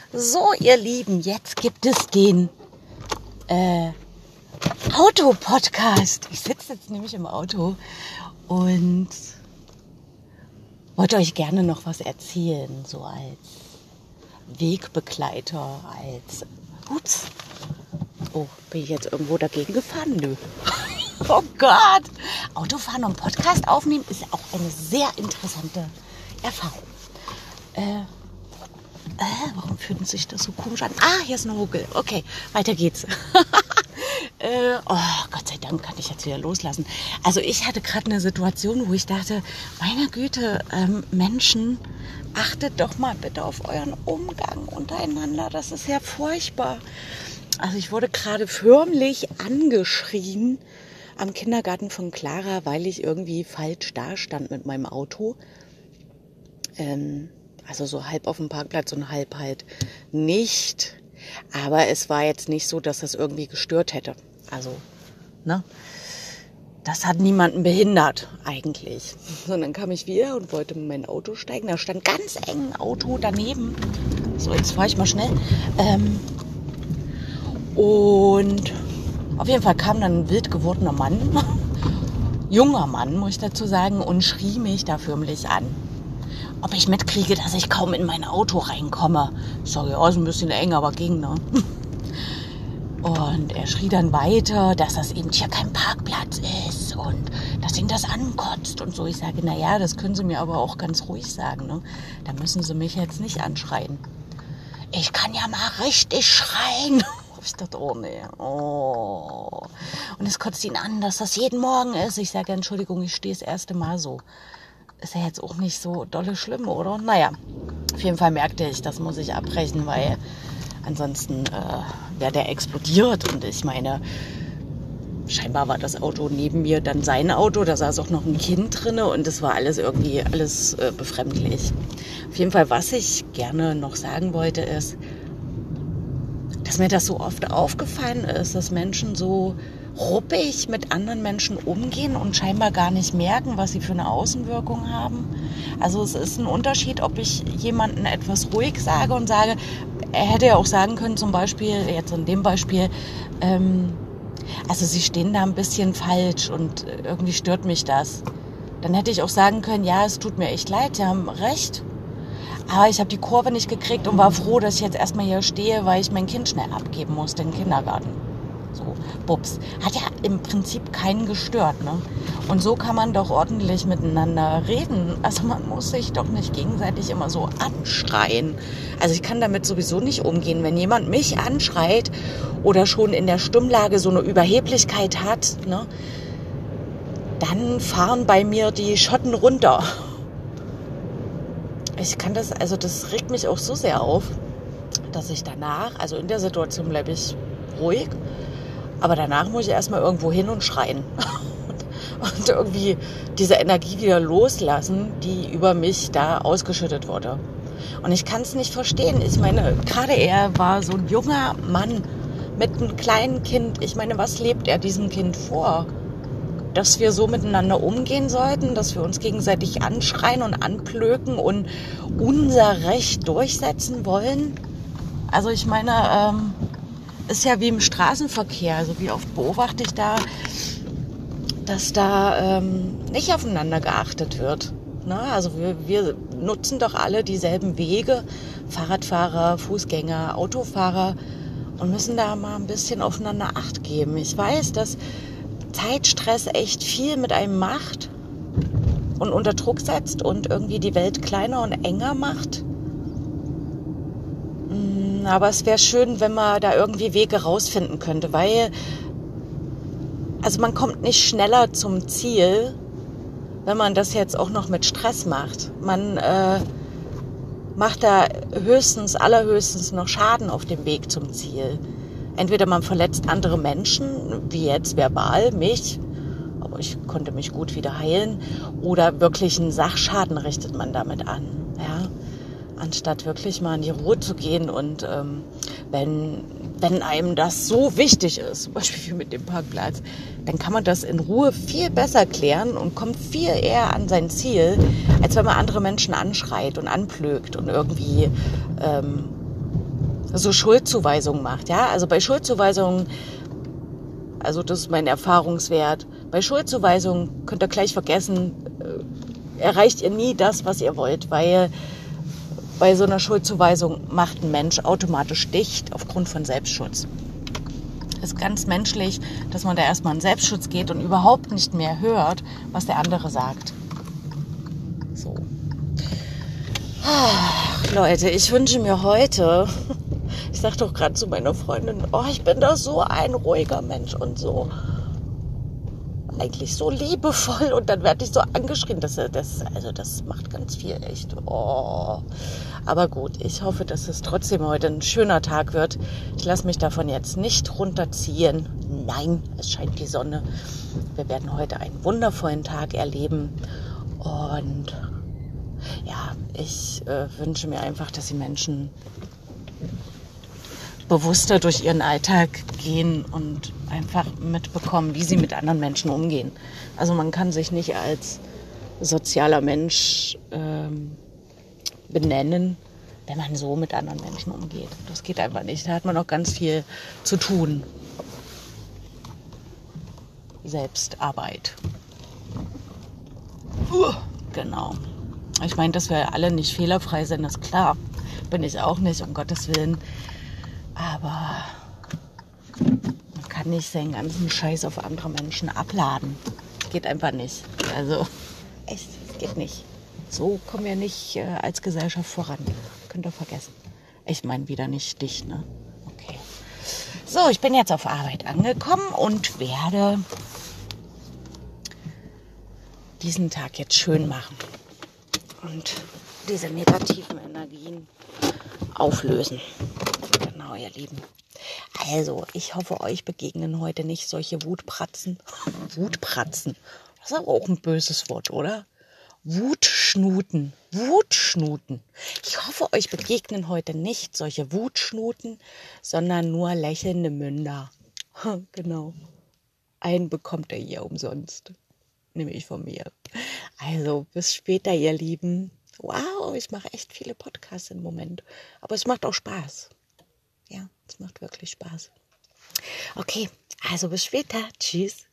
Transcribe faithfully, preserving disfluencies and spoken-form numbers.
So, ihr Lieben, jetzt gibt es den äh, Auto-Podcast. Ich sitze jetzt nämlich im Auto und wollte euch gerne noch was erzählen, so als Wegbegleiter, als... Ups. Oh, bin ich jetzt irgendwo dagegen gefahren? Nö. Oh Gott. Autofahren und Podcast aufnehmen ist auch eine sehr interessante Erfahrung. Äh... Äh, warum fühlt sich das so komisch an? Ah, hier ist ein Huckel. Okay, weiter geht's. äh, oh, Gott sei Dank kann ich jetzt wieder loslassen. Also ich hatte gerade eine Situation, wo ich dachte, meine Güte, ähm, Menschen, achtet doch mal bitte auf euren Umgang untereinander. Das ist ja furchtbar. Also ich wurde gerade förmlich angeschrien am Kindergarten von Clara, weil ich irgendwie falsch dastand mit meinem Auto. Ähm... Also so halb auf dem Parkplatz und halb halt nicht. Aber es war jetzt nicht so, dass das irgendwie gestört hätte. Also, ne? Das hat niemanden behindert eigentlich. Und dann kam ich wieder und wollte in mein Auto steigen. Da stand ganz eng ein Auto daneben. So, jetzt fahre ich mal schnell. Ähm, und auf jeden Fall kam dann ein wild gewordener Mann, junger Mann, muss ich dazu sagen, und schrie mich da förmlich an. Ob ich mitkriege, dass ich kaum in mein Auto reinkomme. Sorry, ja, ist ein bisschen eng, aber ging, ne? Und er schrie dann weiter, dass das eben hier kein Parkplatz ist und dass ihn das ankotzt und so. Ich sage, naja, das können Sie mir aber auch ganz ruhig sagen, ne? Da müssen Sie mich jetzt nicht anschreien. Ich kann ja mal richtig schreien. Ich dachte, oh nee, oh. Und es kotzt ihn an, dass das jeden Morgen ist. Ich sage, Entschuldigung, ich stehe das erste Mal so. Ist ja jetzt auch nicht so dolle schlimm, oder? Naja, auf jeden Fall merkte ich, das muss ich abbrechen, weil ansonsten äh, wäre der explodiert. Und ich meine, scheinbar war das Auto neben mir dann sein Auto, da saß auch noch ein Kind drin und das war alles irgendwie alles äh, befremdlich. Auf jeden Fall, was ich gerne noch sagen wollte, ist, dass mir das so oft aufgefallen ist, dass Menschen so ruppig mit anderen Menschen umgehen und scheinbar gar nicht merken, was sie für eine Außenwirkung haben. Also es ist ein Unterschied, ob ich jemanden etwas ruhig sage und sage, er hätte ja auch sagen können, zum Beispiel, jetzt in dem Beispiel, ähm, also sie stehen da ein bisschen falsch und irgendwie stört mich das. Dann hätte ich auch sagen können, ja, es tut mir echt leid, Sie haben recht. Aber ich habe die Kurve nicht gekriegt und war froh, dass ich jetzt erstmal hier stehe, weil ich mein Kind schnell abgeben musste in den Kindergarten. So, bups. Hat ja im Prinzip keinen gestört, ne? Und so kann man doch ordentlich miteinander reden. Also man muss sich doch nicht gegenseitig immer so anschreien. Also ich kann damit sowieso nicht umgehen. Wenn jemand mich anschreit oder schon in der Stimmlage so eine Überheblichkeit hat, ne? Dann fahren bei mir die Schotten runter. Ich kann das, also das regt mich auch so sehr auf, dass ich danach, also in der Situation bleibe ich ruhig, aber danach muss ich erstmal irgendwo hin und schreien und, und irgendwie diese Energie wieder loslassen, die über mich da ausgeschüttet wurde. Und ich kann es nicht verstehen. Ich meine, gerade er war so ein junger Mann mit einem kleinen Kind. Ich meine, was lebt er diesem Kind vor? Dass wir so miteinander umgehen sollten, dass wir uns gegenseitig anschreien und anplöken und unser Recht durchsetzen wollen. Also ich meine, ähm, ist ja wie im Straßenverkehr. Also wie oft beobachte ich da, dass da ähm, nicht aufeinander geachtet wird. Na, also wir, wir nutzen doch alle dieselben Wege, Fahrradfahrer, Fußgänger, Autofahrer, und müssen da mal ein bisschen aufeinander Acht geben. Ich weiß, dass Zeitstress echt viel mit einem macht und unter Druck setzt und irgendwie die Welt kleiner und enger macht. Aber es wäre schön, wenn man da irgendwie Wege rausfinden könnte, weil also man kommt nicht schneller zum Ziel, wenn man das jetzt auch noch mit Stress macht. Man äh, macht da höchstens, allerhöchstens noch Schaden auf dem Weg zum Ziel. Entweder man verletzt andere Menschen, wie jetzt verbal, mich, aber ich konnte mich gut wieder heilen, oder wirklich einen Sachschaden richtet man damit an, ja, anstatt wirklich mal in die Ruhe zu gehen. Und ähm, wenn, wenn einem das so wichtig ist, zum Beispiel wie mit dem Parkplatz, dann kann man das in Ruhe viel besser klären und kommt viel eher an sein Ziel, als wenn man andere Menschen anschreit und anplögt und irgendwie ähm, so Schuldzuweisungen macht. Ja, also bei Schuldzuweisungen, also das ist mein Erfahrungswert, bei Schuldzuweisungen könnt ihr gleich vergessen, äh, erreicht ihr nie das, was ihr wollt, weil bei so einer Schuldzuweisung macht ein Mensch automatisch dicht aufgrund von Selbstschutz. Ist ganz menschlich, dass man da erstmal in Selbstschutz geht und überhaupt nicht mehr hört, was der andere sagt. So. Ach, Leute, ich wünsche mir heute, ich sag doch gerade zu meiner Freundin, oh, ich bin da so ein ruhiger Mensch und so eigentlich so liebevoll und dann werde ich so angeschrien, dass das, also das macht ganz viel echt. Oh. Aber gut, ich hoffe, dass es trotzdem heute ein schöner Tag wird. Ich lasse mich davon jetzt nicht runterziehen. Nein, es scheint die Sonne. Wir werden heute einen wundervollen Tag erleben und ja, ich äh, wünsche mir einfach, dass die Menschen bewusster durch ihren Alltag gehen und einfach mitbekommen, wie sie mit anderen Menschen umgehen. Also man kann sich nicht als sozialer Mensch ähm, benennen, wenn man so mit anderen Menschen umgeht. Das geht einfach nicht. Da hat man noch ganz viel zu tun. Selbstarbeit. Uh, genau. Ich meine, dass wir alle nicht fehlerfrei sind, ist klar. Bin ich auch nicht, um Gottes Willen. Aber man kann nicht seinen ganzen Scheiß auf andere Menschen abladen. Geht einfach nicht. Also, echt, geht nicht. So kommen wir nicht äh, als Gesellschaft voran. Könnt ihr vergessen. Ich meine wieder nicht dich, ne? Okay. So, ich bin jetzt auf Arbeit angekommen und werde diesen Tag jetzt schön machen. Und diese negativen Energien auflösen. Genau, ihr Lieben. Also, ich hoffe, euch begegnen heute nicht solche Wutpratzen. Wutpratzen. Das ist aber auch ein böses Wort, oder? Wutschnuten. Wutschnuten. Ich hoffe, euch begegnen heute nicht solche Wutschnuten, sondern nur lächelnde Münder. Genau. Einen bekommt ihr hier umsonst. Nämlich von mir. Also, bis später, ihr Lieben. Wow, ich mache echt viele Podcasts im Moment. Aber es macht auch Spaß. Ja, es macht wirklich Spaß. Okay, also bis später. Tschüss.